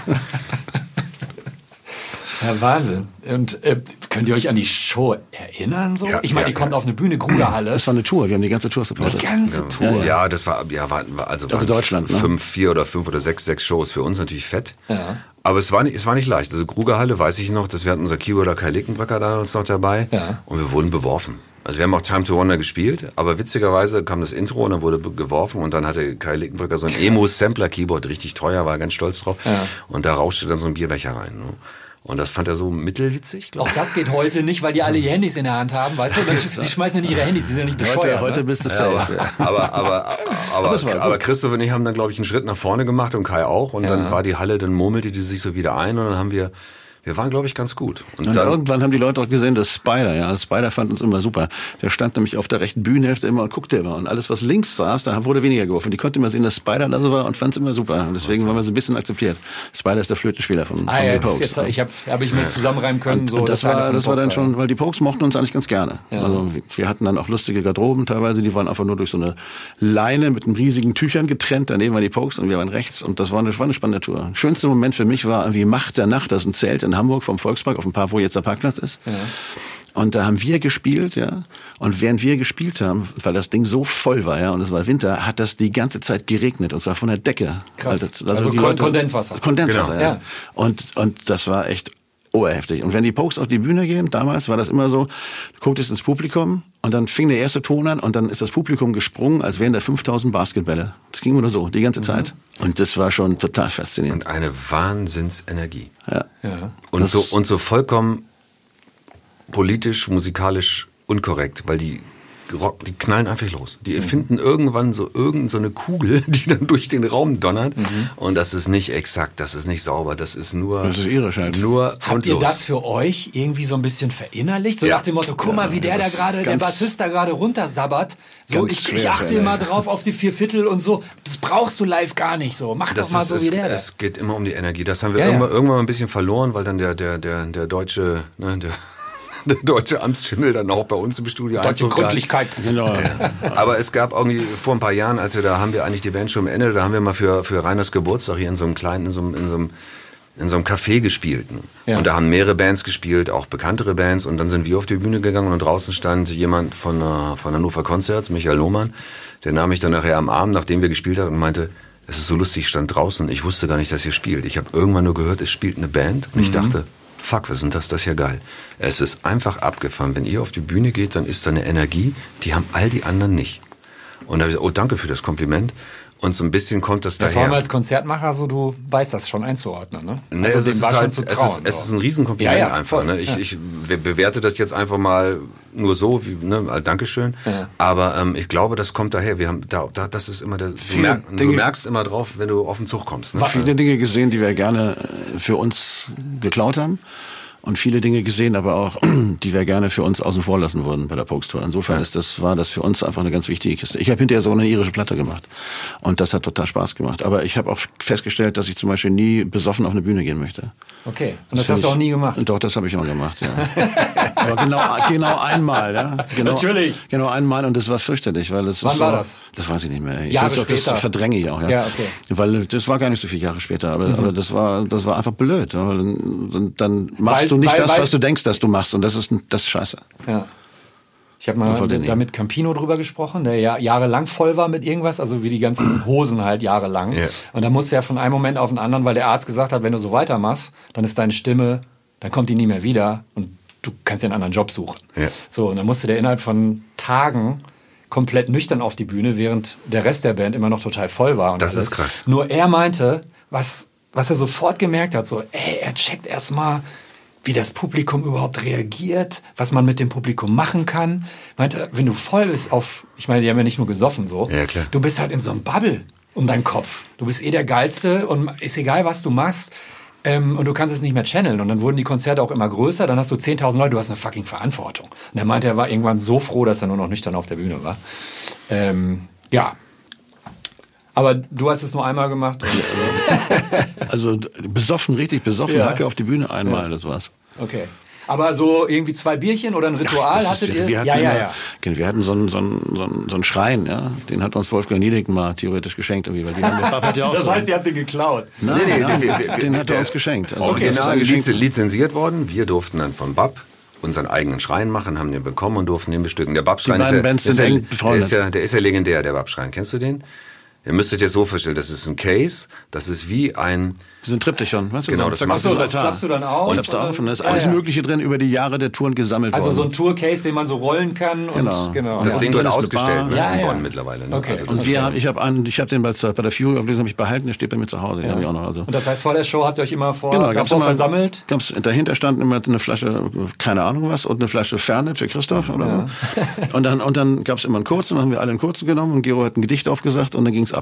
Ja, Wahnsinn. Und äh, könnt ihr euch an die Show erinnern? So? Ja, ich meine, ja, die kommt ja. auf eine Bühne, Gruderhalle. Das war eine Tour, wir haben die ganze Tour supportet. Die ganze Tour. Ja, das war, ja, war, war also, Also waren Deutschland, ne? fünf, vier oder fünf oder sechs, sechs Shows für uns natürlich fett. Ja. Aber es war nicht, es war nicht leicht. Also Grugerhalle weiß ich noch, dass wir hatten unser Keyboarder Kai Lickenbrücker damals noch dabei. Ja. Und wir wurden beworfen. Also wir haben auch Time to Wonder gespielt, aber witzigerweise kam das Intro und dann wurde be- geworfen und dann hatte Kai Lickenbrücker so ein Emo-Sampler-Keyboard, richtig teuer, war ganz stolz drauf. Ja. Und da rauschte dann so ein Bierbecher rein. Ne? Und das fand er so mittelwitzig, glaube Auch das geht heute nicht, weil die alle ihr Handys in der Hand haben, weißt du? Die schmeißen ja nicht ihre Handys, die sind ja nicht bescheuert. Heute, heute ne? bist du Ja, safe. aber, aber, aber, aber, es war aber, gut. aber Christoph und ich haben dann, glaube ich, einen Schritt nach vorne gemacht und Kai auch. Und Ja. dann war die Halle, dann murmelte die sich so wieder ein und dann haben wir, Wir waren, glaube ich, ganz gut. Und, und dann, irgendwann haben die Leute auch gesehen, dass Spider, ja, Spider fand uns immer super. Der stand nämlich auf der rechten Bühnenhälfte immer und guckte immer. Und alles, was links saß, da wurde weniger geworfen. Die konnte immer sehen, dass Spider da so war und fand es immer super. Und deswegen waren wir so ein bisschen akzeptiert. Spider ist der Flötenspieler von, ah, von ja, den Pokes. Jetzt, ich habe hab ich mir ja. zusammenreimen können. Und, so, und das, das war, das war dann schon, weil die Pokes mochten uns eigentlich ganz gerne. Ja. Also wir hatten dann auch lustige Garderoben teilweise. Die waren einfach nur durch so eine Leine mit einem riesigen Tüchern getrennt. Daneben waren die Pokes und wir waren rechts. Und das war eine, war eine spannende Tour. Schönster Moment für mich war irgendwie Macht der Nacht. Das ist ein Zelt in Hamburg vom Volkspark auf dem Park, wo jetzt der Parkplatz ist. Ja. Und da haben wir gespielt, ja. Und während wir gespielt haben, weil das Ding so voll war, ja, und es war Winter, hat das die ganze Zeit geregnet. Und zwar von der Decke. Krass. Also, also die Leute, Kondenswasser. Kondenswasser, genau. ja. ja. Und, und das war echt oberheftig. Und wenn die Pokes auf die Bühne gehen, damals war das immer so, du gucktest ins Publikum und dann fing der erste Ton an und dann ist das Publikum gesprungen, als wären da fünftausend Basketbälle. Das ging immer so, die ganze mhm. Zeit. Und das war schon total faszinierend. Und eine Wahnsinnsenergie. Ja. ja. Und, so, und so vollkommen politisch, musikalisch unkorrekt, weil die die knallen einfach los. Die erfinden mhm. irgendwann so irgend so eine Kugel, die dann durch den Raum donnert. Mhm. Und das ist nicht exakt, das ist nicht sauber, das ist nur... Das ist irisch halt. Nur Habt ihr das für euch irgendwie so ein bisschen verinnerlicht? So ja. nach dem Motto, guck ja, mal, wie der da gerade, der Bassist da gerade runtersabbert. So, ich, ich achte immer drauf auf die vier Viertel und so. Das brauchst du live gar nicht so. Mach das doch mal ist, so wie es, der. Es geht immer um die Energie. Das haben wir ja, irgendwann, ja. irgendwann mal ein bisschen verloren, weil dann der, der, der, der deutsche... Ne, der der deutsche Amtsschimmel dann auch bei uns im Studio. Deutsche Gründlichkeit. Genau. Ja. Aber es gab irgendwie vor ein paar Jahren, als wir da haben wir eigentlich die Band schon am Ende, da haben wir mal für für Reiners Geburtstag hier in so einem kleinen, in so einem, in so einem, in so einem Café gespielt. Ja. Und da haben mehrere Bands gespielt, auch bekanntere Bands. Und dann sind wir auf die Bühne gegangen und draußen stand jemand von, von Hannover Concerts, Michael Lohmann. Der nahm mich dann nachher am Arm, nachdem wir gespielt haben und meinte, es ist so lustig, ich stand draußen, ich wusste gar nicht, dass ihr spielt. Ich habe irgendwann nur gehört, es spielt eine Band. Und ich mhm. dachte, fuck, was sind das? Das ist ja geil. Es ist einfach abgefahren. Wenn ihr auf die Bühne geht, dann ist da eine Energie, die haben all die anderen nicht. Und da habe ich gesagt, oh, danke für das Kompliment. Und so ein bisschen kommt das daher. Vor allem als Konzertmacher, so du weißt das schon einzuordnen, ne? Nee, also dem war halt, schon zu trauen. Es ist, es ist ein Riesenkompliment ja, ja, einfach. Ne? Ich, ja. ich bewerte das jetzt einfach mal nur so, wie, ne, als Dankeschön. Ja. Aber ähm, ich glaube, das kommt daher. Wir haben da, da das ist immer der. Du, merk, du merkst immer drauf, wenn du auf den Zug kommst. Ne? Viele Dinge gesehen, die wir gerne für uns geklaut haben. Und viele Dinge gesehen, aber auch, die wir gerne für uns außen vor lassen würden bei der Pokes Tour. Insofern ist das, war das für uns einfach eine ganz wichtige Kiste. Ich habe hinterher so eine irische Platte gemacht. Und das hat total Spaß gemacht. Aber ich habe auch festgestellt, dass ich zum Beispiel nie besoffen auf eine Bühne gehen möchte. Okay. Und das, das hast du auch nie gemacht? Doch, das habe ich auch gemacht, ja. Aber genau, genau einmal, ja. Genau, Natürlich. Genau einmal und das war fürchterlich, weil es Wann ist war so, das? Das weiß ich nicht mehr. Ich Jahre auch, später. Das verdränge ich auch, ja. Ja, okay. Weil das war gar nicht so viele Jahre später, aber, mhm. aber das war, das war einfach blöd. Dann, dann machst weil, du nicht weil, das, weil, was du denkst, dass du machst und das ist, das ist scheiße. Ja. Ich habe mal mit, da mit Campino drüber gesprochen, der ja jahrelang voll war mit irgendwas, also wie die ganzen Hosen halt jahrelang. Yeah. Und da musste er von einem Moment auf den anderen, weil der Arzt gesagt hat, wenn du so weitermachst, dann ist deine Stimme, dann kommt die nie mehr wieder und du kannst dir einen anderen Job suchen. Yeah. So, und dann musste der innerhalb von Tagen komplett nüchtern auf die Bühne, während der Rest der Band immer noch total voll war. Und das ist krass. Nur er meinte, was, was er sofort gemerkt hat, so, ey, er checkt erstmal, wie das Publikum überhaupt reagiert, was man mit dem Publikum machen kann. Meinte, wenn du voll bist auf, ich meine, die haben ja nicht nur gesoffen so, ja, klar. Du bist halt in so einem Bubble um deinen Kopf. Du bist eh der Geilste und ist egal, was du machst. Ähm, und du kannst es nicht mehr channeln. Und dann wurden die Konzerte auch immer größer. Dann hast du zehntausend Leute, du hast eine fucking Verantwortung. Und er meinte, er war irgendwann so froh, dass er nur noch nüchtern auf der Bühne war. Ähm, ja. Aber du hast es nur einmal gemacht. Und, äh also besoffen, richtig besoffen, ja. Hacke auf die Bühne einmal, ja. Das war's. Okay. Aber so irgendwie zwei Bierchen oder ein Ritual ja, hattet ist, ihr? Wir hatten ja, ja, immer, ja. Wir hatten so einen, so einen, so einen, so einen Schrein, ja. Den hat uns Wolfgang Niedecken mal theoretisch geschenkt. Irgendwie, weil die haben, der hat ja auch das so heißt, ihr habt den geklaut? Nein, nee, nee, nein, wir, wir, den hat er uns geschenkt. Also okay, das ist ein Geschenk. Lizenziert worden. Wir durften dann von Bab unseren eigenen Schrein machen, haben den bekommen und durften den bestücken. Der Bab-Schrein ist, ja, Bands ist, sind ja, der, ist ja, der ist ja legendär, der Bab-Schrein. Kennst du den? Ihr müsstet dir so vorstellen, das ist ein Case, das ist wie ein... Das ist ein Triptychon, weißt du? Genau, das machst du. Das klappst du dann auf. Und, auf und da ist alles ja, ja. Mögliche drin über die Jahre der Touren gesammelt also worden. Also so ein Tourcase, den man so rollen kann. Genau. Und, genau. Das ja. Ding wird ausgestellt, ne, ja, in ja. Bonn mittlerweile. Ne? Okay. Also und wir, ich habe hab den bei, bei der Fury, den habe ich behalten, der steht bei mir zu Hause. Den ja. habe ich auch noch. Also. Und das heißt, vor der Show habt ihr euch immer vor, genau, davor immer, versammelt? Gab's, dahinter stand immer eine Flasche, keine Ahnung was, und eine Flasche Fernet für Christoph oder ja. so. Und dann, und dann gab es immer einen kurzen, dann haben wir alle einen kurzen genommen und Gero hat ein Gedicht aufgesagt und dann ging's ab.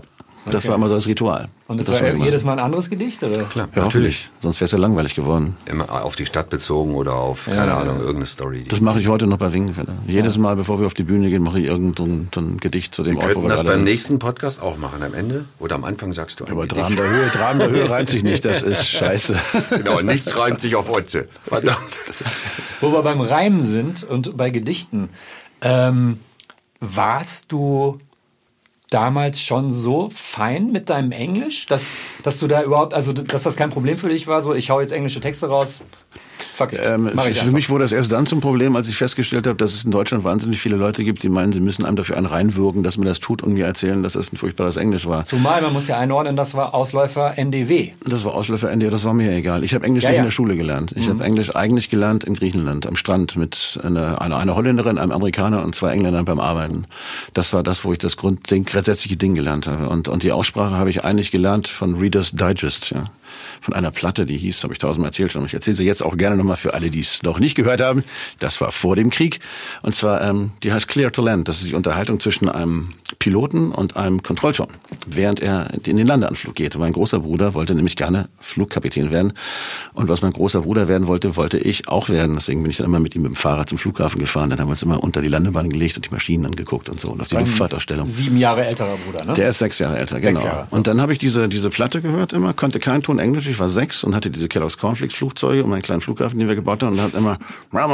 Das okay. war immer so das Ritual. Und das, das war, war jedes Mal ein anderes Gedicht, oder? Klar, ja, natürlich. Sonst wäre es ja langweilig geworden. Immer auf die Stadt bezogen oder auf, keine ja, Ahnung, ja. irgendeine Story. Das mache ich heute noch bei Wingenfälle. Jedes ja. Mal, bevor wir auf die Bühne gehen, mache ich irgendein so ein Gedicht zu dem wir Ort, wo wir das beim sind. nächsten Podcast auch machen, am Ende oder am Anfang sagst du ein Aber Traben der Höhe, Traben der Höhe reimt sich nicht, das ist scheiße. Genau, nichts reimt sich auf Otze. Verdammt. Wo wir beim Reimen sind und bei Gedichten, ähm, warst du damals schon so fein mit deinem Englisch, dass, dass du da überhaupt, also dass das kein Problem für dich war, so ich hau jetzt englische Texte raus? Fuck it. Ähm, für einfach. mich wurde das erst dann zum Problem, als ich festgestellt habe, dass es in Deutschland wahnsinnig viele Leute gibt, die meinen, sie müssen einem dafür einen reinwürgen, dass man das tut und mir erzählen, dass das ein furchtbares Englisch war. Zumal, man muss ja einordnen, das war Ausläufer N D W. Das war Ausläufer N D W, das war mir egal. Ich habe Englisch ja, nicht ja. in der Schule gelernt. Ich mhm. habe Englisch eigentlich gelernt in Griechenland, am Strand mit einer, einer, einer Holländerin, einem Amerikaner und zwei Engländern beim Arbeiten. Das war das, wo ich das Grund, den grundsätzliche Ding gelernt habe. Und, und die Aussprache habe ich eigentlich gelernt von Reader's Digest, ja. Von einer Platte, die hieß, habe ich tausendmal erzählt schon. Ich erzähle sie jetzt auch gerne nochmal für alle, die es noch nicht gehört haben. Das war vor dem Krieg. Und zwar, ähm, die heißt Clear to Land. Das ist die Unterhaltung zwischen einem Piloten und einem Kontrollschirm, während er in den Landeanflug geht. Und mein großer Bruder wollte nämlich gerne Flugkapitän werden. Und was mein großer Bruder werden wollte, wollte ich auch werden. Deswegen bin ich dann immer mit ihm mit dem Fahrrad zum Flughafen gefahren. Dann haben wir uns immer unter die Landebahn gelegt und die Maschinen angeguckt und so. Und auf die Luftfahrtausstellung. Sieben Jahre älterer Bruder, ne? Der ist sechs Jahre älter, genau. Jahre, so. Und dann habe ich diese diese Platte gehört immer, konnte kein Ton Englisch. Ich war sechs und hatte diese Kellogg's Cornflakes Flugzeuge und meinen kleinen Flughafen, den wir gebaut haben. Und hat immer Clear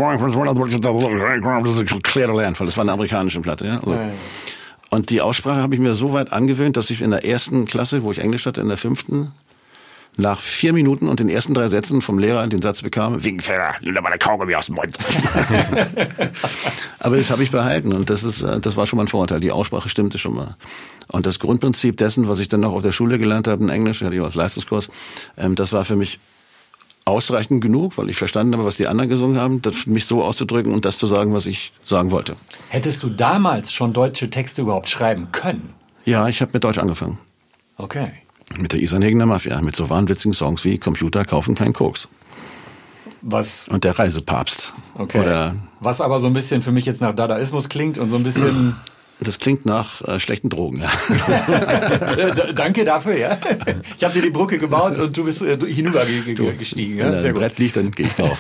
to Land, weil das war eine amerikanische Platte. Ja? Also. Ja, ja. Und die Aussprache habe ich mir so weit angewöhnt, dass ich in der ersten Klasse, wo ich Englisch hatte, in der fünften, nach vier Minuten und den ersten drei Sätzen vom Lehrer den Satz bekam, Wingenfelder, nimm da mal eine Kaugummi aus dem Mund. Aber das habe ich behalten und das ist, das war schon mal ein Vorteil. Die Aussprache stimmte schon mal. Und das Grundprinzip dessen, was ich dann noch auf der Schule gelernt habe in Englisch, hatte ich auch als Leistungskurs, das war für mich ausreichend genug, weil ich verstanden habe, was die anderen gesungen haben, das mich so auszudrücken und das zu sagen, was ich sagen wollte. Hättest du damals schon deutsche Texte überhaupt schreiben können? Ja, ich habe mit Deutsch angefangen. Okay. Mit der Isanhegener Mafia, mit so wahnwitzigen Songs wie Computer kaufen keinen Koks. Was? Und der Reisepapst. Okay. Oder was aber so ein bisschen für mich jetzt nach Dadaismus klingt und so ein bisschen... Das klingt nach äh, schlechten Drogen, ja. Danke dafür, ja. Ich habe dir die Brücke gebaut und du bist äh, hinüber ge- ge- gestiegen. Wenn ja? ein Brett liegt, dann gehe ich drauf.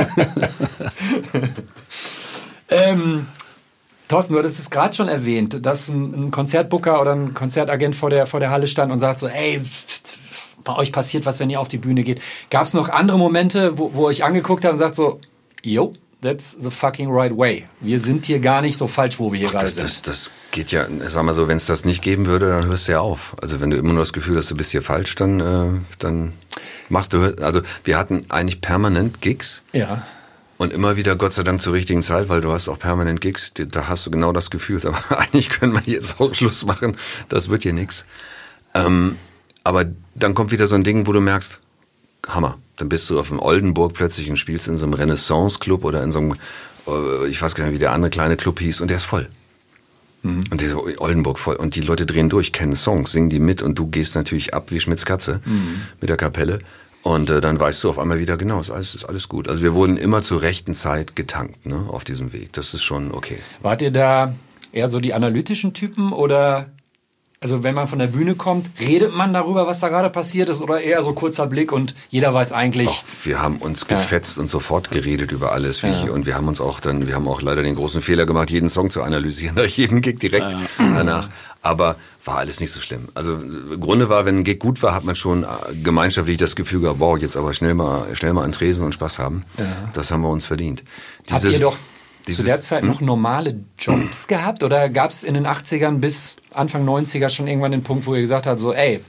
ähm, Thorsten, du hattest es gerade schon erwähnt, dass ein, ein Konzertbooker oder ein Konzertagent vor der, vor der Halle stand und sagt so, ey, bei euch passiert was, wenn ihr auf die Bühne geht. Gab es noch andere Momente, wo, wo ich angeguckt habe und sagt so, yo, that's the fucking right way. Wir sind hier gar nicht so falsch, wo wir hier gerade sind. Das, das geht ja, sag mal so, wenn es das nicht geben würde, dann hörst du ja auf. Also wenn du immer nur das Gefühl hast, du bist hier falsch, dann, äh, dann machst du, also wir hatten eigentlich permanent Gigs. Ja. Und immer wieder, Gott sei Dank, zur richtigen Zeit, weil du hast auch permanent Gigs, da hast du genau das Gefühl, aber eigentlich können wir jetzt auch Schluss machen, das wird hier nix. Ähm, aber dann kommt wieder so ein Ding, wo du merkst, Hammer. Dann bist du auf dem Oldenburg plötzlich und spielst in so einem Renaissance-Club oder in so einem, ich weiß gar nicht, wie der andere kleine Club hieß, und der ist voll. Mhm. Und dieser Oldenburg voll. Und die Leute drehen durch, kennen Songs, singen die mit und du gehst natürlich ab wie Schmitz Katze mhm. mit der Kapelle. Und äh, dann weißt du auf einmal wieder, genau, ist alles, ist alles gut. Also wir wurden immer zur rechten Zeit getankt, ne, auf diesem Weg. Das ist schon okay. Wart ihr da eher so die analytischen Typen oder, also wenn man von der Bühne kommt, redet man darüber, was da gerade passiert ist oder eher so kurzer Blick und jeder weiß eigentlich... Ach, wir haben uns gefetzt ja. und sofort geredet über alles. Wie ja. ich, und wir haben uns auch dann, wir haben auch leider den großen Fehler gemacht, jeden Song zu analysieren, nach jedem Gig direkt ja. danach. Aber war alles nicht so schlimm. Also im Grunde war, wenn ein Gig gut war, hat man schon gemeinschaftlich das Gefühl gehabt, boah, jetzt aber schnell mal, schnell mal an Tresen und Spaß haben. Ja. Das haben wir uns verdient. Dieses, Habt ihr doch dieses, zu der Zeit hm? noch normale Jobs gehabt? Oder gab es in den achtzigern bis Anfang neunziger schon irgendwann den Punkt, wo ihr gesagt habt, so ey,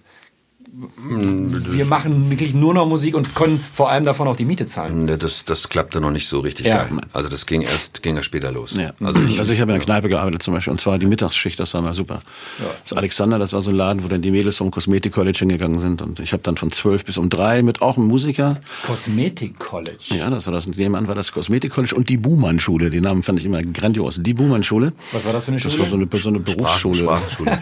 wir machen wirklich nur noch Musik und können vor allem davon auch die Miete zahlen? Das, das klappte noch nicht so richtig ja. geil. Also das ging erst, ging erst später los. Ja. Also ich, also ich habe in der Kneipe gearbeitet zum Beispiel, und zwar die Mittagsschicht, das war mal super. Ja. Das Alexander, das war so ein Laden, wo dann die Mädels vom Kosmetik College hingegangen sind, und ich habe dann von zwölf bis um drei mit auch einem Musiker. Kosmetik College? Ja, das war das. Nebenan war das Kosmetik College und die Buhmann-Schule. Den Namen fand ich immer grandios. Die Buhmann-Schule. Was war das für eine Schule? Das war so eine, so eine Berufsschule. Sprachenschule.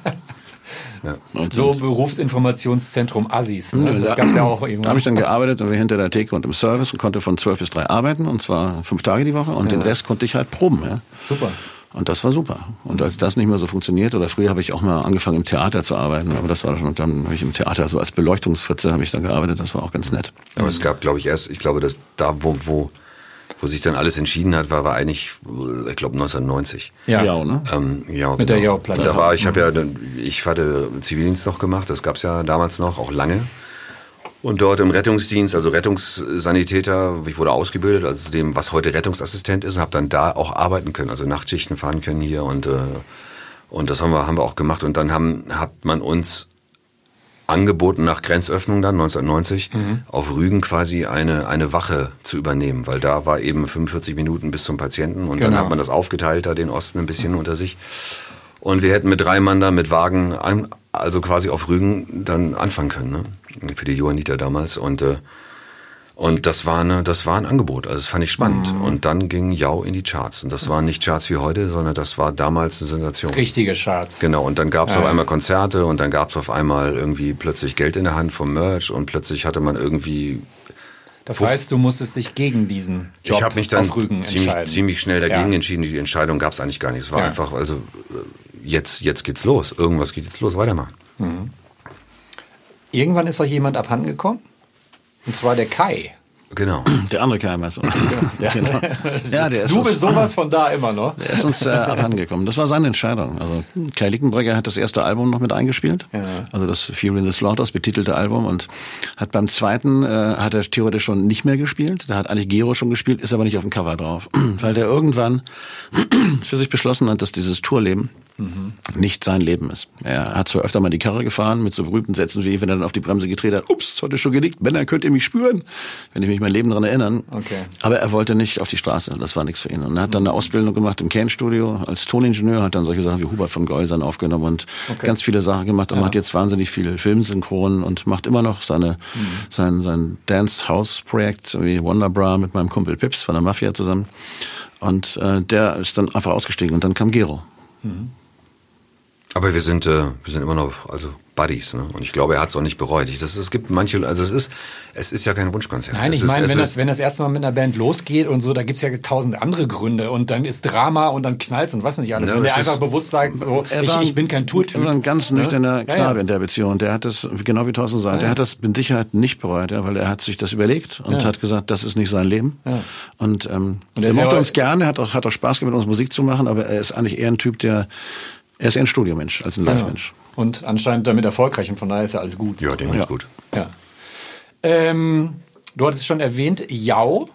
Ja. So Berufsinformationszentrum Assis, ne? Das gab's ja auch irgendwann. Da habe ich dann gearbeitet und wir hinter der Theke und im Service und konnte von zwölf bis drei arbeiten, und zwar fünf Tage die Woche, und ja. den Rest konnte ich halt proben. Ja. Super. Und das war super. Und als das nicht mehr so funktioniert, oder früher habe ich auch mal angefangen im Theater zu arbeiten, aber das war schon, und dann habe ich im Theater so als Beleuchtungsfritze habe ich dann gearbeitet, das war auch ganz nett. Aber es gab, glaube ich, erst, ich glaube, dass da, wo, wo, wo sich dann alles entschieden hat, war, war eigentlich, ich glaube, neunzehnhundertneunzig. Ja, ja, ne? Ähm, ja, mit genau. der Jau-Platte. Da war, ich habe ja, ich hatte Zivildienst noch gemacht, das gab's ja damals noch, auch lange. Und dort im Rettungsdienst, also Rettungssanitäter, ich wurde ausgebildet als dem, was heute Rettungsassistent ist, habe dann da auch arbeiten können, also Nachtschichten fahren können hier und äh, und das haben wir haben wir auch gemacht und dann haben hat man uns angeboten nach Grenzöffnung dann neunzehnhundertneunzig mhm. auf Rügen quasi eine eine Wache zu übernehmen, weil da war eben fünfundvierzig Minuten bis zum Patienten und genau. Dann hat man das aufgeteilt, da den Osten ein bisschen mhm. unter sich. Und wir hätten mit drei Mann da mit Wagen, an, also quasi auf Rügen dann anfangen können, ne? Für die Johanniter damals. Und, äh, und das war eine, das war ein Angebot. Also das fand ich spannend. Mhm. Und dann ging Jau in die Charts. Und das waren nicht Charts wie heute, sondern das war damals eine Sensation. Richtige Charts. Genau. Und dann gab es ja. auf einmal Konzerte und dann gab es auf einmal irgendwie plötzlich Geld in der Hand vom Merch und plötzlich hatte man irgendwie. Das heißt, du musstest dich gegen diesen Job ich hab mich dann auf Rügen ziemlich, entscheiden. ziemlich schnell dagegen ja. entschieden. Die Entscheidung gab es eigentlich gar nicht. Es war ja. einfach, also jetzt, jetzt geht's los. Irgendwas geht jetzt los, weitermachen. Mhm. Irgendwann ist euch jemand abhanden gekommen. Und zwar der Kai. Genau. Der andere Kai, meinst du? Ja, genau. Ja, der ist du uns, bist sowas von da immer noch. Der ist uns äh, abhandengekommen. Das war seine Entscheidung. Also Kai Lickenbrügger hat das erste Album noch mit eingespielt. Ja. Also das Fury in the Slaughter, das betitelte Album. Und hat beim zweiten, äh, hat er theoretisch schon nicht mehr gespielt. Da hat eigentlich Gero schon gespielt, ist aber nicht auf dem Cover drauf. Weil der irgendwann für sich beschlossen hat, dass dieses Tourleben Mhm. nicht sein Leben ist. Er hat zwar öfter mal die Karre gefahren mit so berühmten Sätzen wie, wenn er dann auf die Bremse getreten hat, ups, heute schon genickt, Männer, könnt ihr mich spüren? Wenn ich mich mein Leben daran erinnern. Okay. Aber er wollte nicht auf die Straße, das war nichts für ihn. Und er hat dann eine Ausbildung gemacht im Can-Studio als Toningenieur, hat dann solche Sachen wie Hubert von Geusern aufgenommen und okay. ganz viele Sachen gemacht und ja. hat jetzt wahnsinnig viel Filmsynchron und macht immer noch seine, mhm. sein, sein Dance-House-Projekt wie Wonderbra mit meinem Kumpel Pips von der Mafia zusammen. Und äh, der ist dann einfach ausgestiegen und dann kam Gero. Mhm. Aber wir sind, äh, wir sind immer noch, also Buddies, ne? Und ich glaube, er hat es auch nicht bereut. Ich, das, es gibt manche, also es ist, es ist ja kein Wunschkonzert. Nein, ich es meine, ist, wenn ist, das, wenn das erste Mal mit einer Band losgeht und so, da gibt's ja tausend andere Gründe und dann ist Drama und dann knallt's und was nicht alles. Ja, wenn der einfach ist, bewusst sagt, so, ich, ich bin kein Tourtyp. Er war ein ganz nüchterner ja? Knabe ja, ja. in der Beziehung. Der hat das, genau wie Thorsten sagt, ja, ja. der hat das mit Sicherheit nicht bereut, ja, weil er hat sich das überlegt und ja. hat gesagt, das ist nicht sein Leben. Ja. Und, ähm, und der mochte uns gerne, hat auch, hat auch Spaß gemacht, mit uns Musik zu machen, aber er ist eigentlich eher ein Typ, der, er ist eher ein Studiomensch als ein Live-Mensch. Ja. Und anscheinend damit erfolgreich und von daher ist ja alles gut. Ja, dem ja. ist gut. Ja. Ähm, du hattest es schon erwähnt, Jau.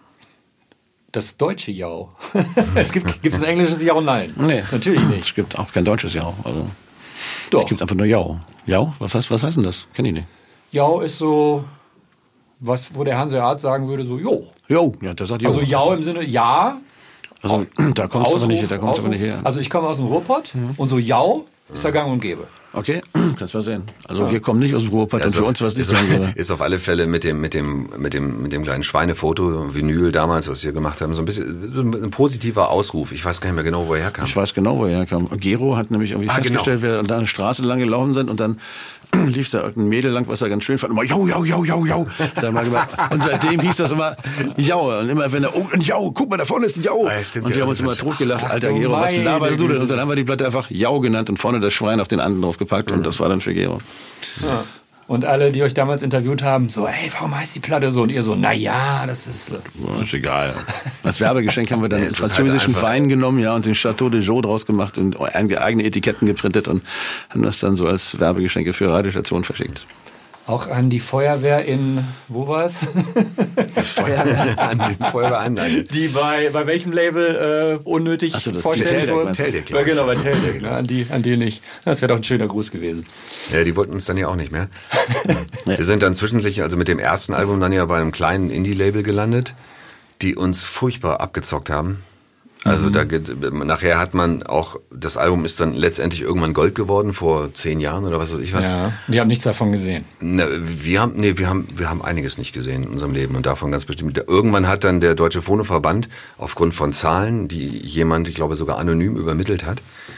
Das deutsche Jau. es gibt gibt's ein englisches Jau? Nein. Nee. Natürlich nicht. Es gibt auch kein deutsches Jau. Also, Doch. Es gibt einfach nur Jau. Jau? Was heißt, was heißt denn das? Kenn ich nicht. Jau ist so, was, wo der Hanseat sagen würde, so, jo. Jo, ja, der sagt Jo. Also Jau im Sinne, ja. Also, da kommst du aber nicht, da kommst aber nicht her. Also ich komme aus dem Ruhrpott mhm. und so Jau ist da gang und gäbe. Okay, kannst mal sehen. Also ja. wir kommen nicht aus dem Ruhrpott ja, und für uns war es nicht so. Ist auf alle Fälle mit dem, mit dem, mit dem, mit dem kleinen Schweinefoto, Vinyl damals, was wir gemacht haben, so ein bisschen, so ein positiver Ausruf. Ich weiß gar nicht mehr genau, wo er herkam. Ich weiß genau, wo er herkam. Gero hat nämlich irgendwie ah, festgestellt, genau. wir da eine Straße lang gelaufen sind und dann lief da irgendein Mädel lang, was er ganz schön fand, immer jau, jau, jau, jau, jau. Und seitdem hieß das immer Jau. Und immer wenn er, oh, ein Jau, guck mal, da vorne ist ein Jau. Ja, stimmt, und wir ja, haben uns immer totgelacht, alter Gero, was laberst du denn? Und dann haben wir die Platte einfach Jau genannt und vorne das Schwein auf den anderen draufgepackt mhm. und das war dann für Gero. Ja. Und alle, die euch damals interviewt haben, so, ey, warum heißt die Platte so? Und ihr so, na ja, das ist... Ja, ist egal. Als Werbegeschenk haben wir dann den französischen halt Wein genommen, ja, und den Chateau de Joux draus gemacht und eigene Etiketten geprintet und haben das dann so als Werbegeschenke für Radiostationen verschickt. Auch an die Feuerwehr in, wo war es? Die Feuerwehr an die Feuerwehr an. Die bei, bei welchem Label äh, unnötig so, vorstellig wurden? Teldec, ja, genau, bei Teldec. Ne? An, die, an die nicht. Das wäre doch ein schöner Gruß gewesen. Ja, die wollten uns dann ja auch nicht mehr. Wir sind dann zwischendurch, also mit dem ersten Album dann ja bei einem kleinen Indie-Label gelandet, die uns furchtbar abgezockt haben. Also mhm. da geht, nachher hat man auch, das Album ist dann letztendlich irgendwann Gold geworden, vor zehn Jahren oder was weiß ich was. Ja, die haben nichts davon gesehen. Na, wir haben, nee, wir haben, wir haben einiges nicht gesehen in unserem Leben und davon ganz bestimmt. Irgendwann hat dann der Deutsche Phonoverband aufgrund von Zahlen, die jemand, ich glaube sogar anonym übermittelt hat,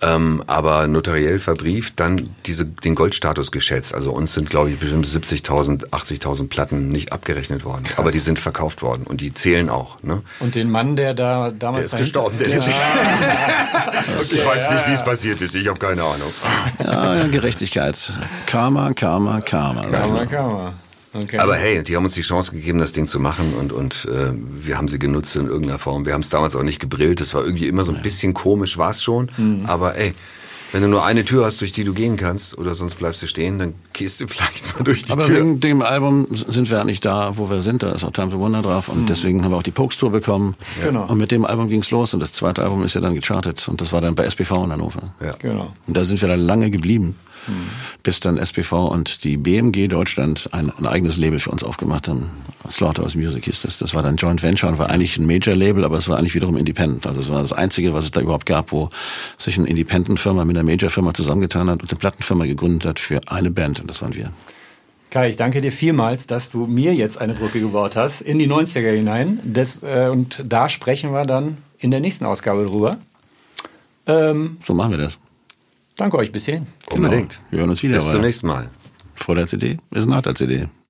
ähm, aber notariell verbrieft, dann diese, den Goldstatus geschätzt. Also uns sind, glaube ich, bestimmt siebzigtausend, achtzigtausend Platten nicht abgerechnet worden. Krass. Aber die sind verkauft worden und die zählen auch. Ne? Und den Mann, der da damals... Der ist gestorben. Der ja. ist okay, ich weiß nicht, wie es passiert ist. Ich habe keine Ahnung. Ja, ja, Gerechtigkeit. Karma, Karma, Karma. Karma, Karma. Okay. Aber hey, die haben uns die Chance gegeben, das Ding zu machen und und äh, wir haben sie genutzt in irgendeiner Form. Wir haben es damals auch nicht gebrillt. Das war irgendwie immer so ein bisschen komisch, war es schon. Mhm. Aber ey, wenn du nur eine Tür hast, durch die du gehen kannst, oder sonst bleibst du stehen, dann gehst du vielleicht mal durch die Aber Tür. Aber wegen dem Album sind wir eigentlich da, wo wir sind. Da ist auch Time to Wonder drauf. Und mhm. deswegen haben wir auch die Pokes-Tour bekommen. Ja. Genau. Und mit dem Album ging's los. Und das zweite Album ist ja dann gechartet. Und das war dann bei S P V in Hannover. Ja. Genau. Und da sind wir dann lange geblieben. Mhm. Bis dann S P V und die B M G Deutschland ein, ein eigenes Label für uns aufgemacht haben. Slaughterhouse Music hieß das. Das war dann Joint Venture und war eigentlich ein Major-Label, aber es war eigentlich wiederum Independent. Also es war das Einzige, was es da überhaupt gab, wo sich eine Independent-Firma mit einer Major-Firma zusammengetan hat und eine Plattenfirma gegründet hat für eine Band. Und das waren wir. Kai, ich danke dir vielmals, dass du mir jetzt eine Brücke gebaut hast in die neunziger hinein. Das, äh, und da sprechen wir dann in der nächsten Ausgabe drüber. Ähm, so machen wir das. Danke euch bis hierhin. Unbedingt. Genau. Wir hören uns wieder. Bis zum nächsten Mal. Vor der C D ist nach der C D.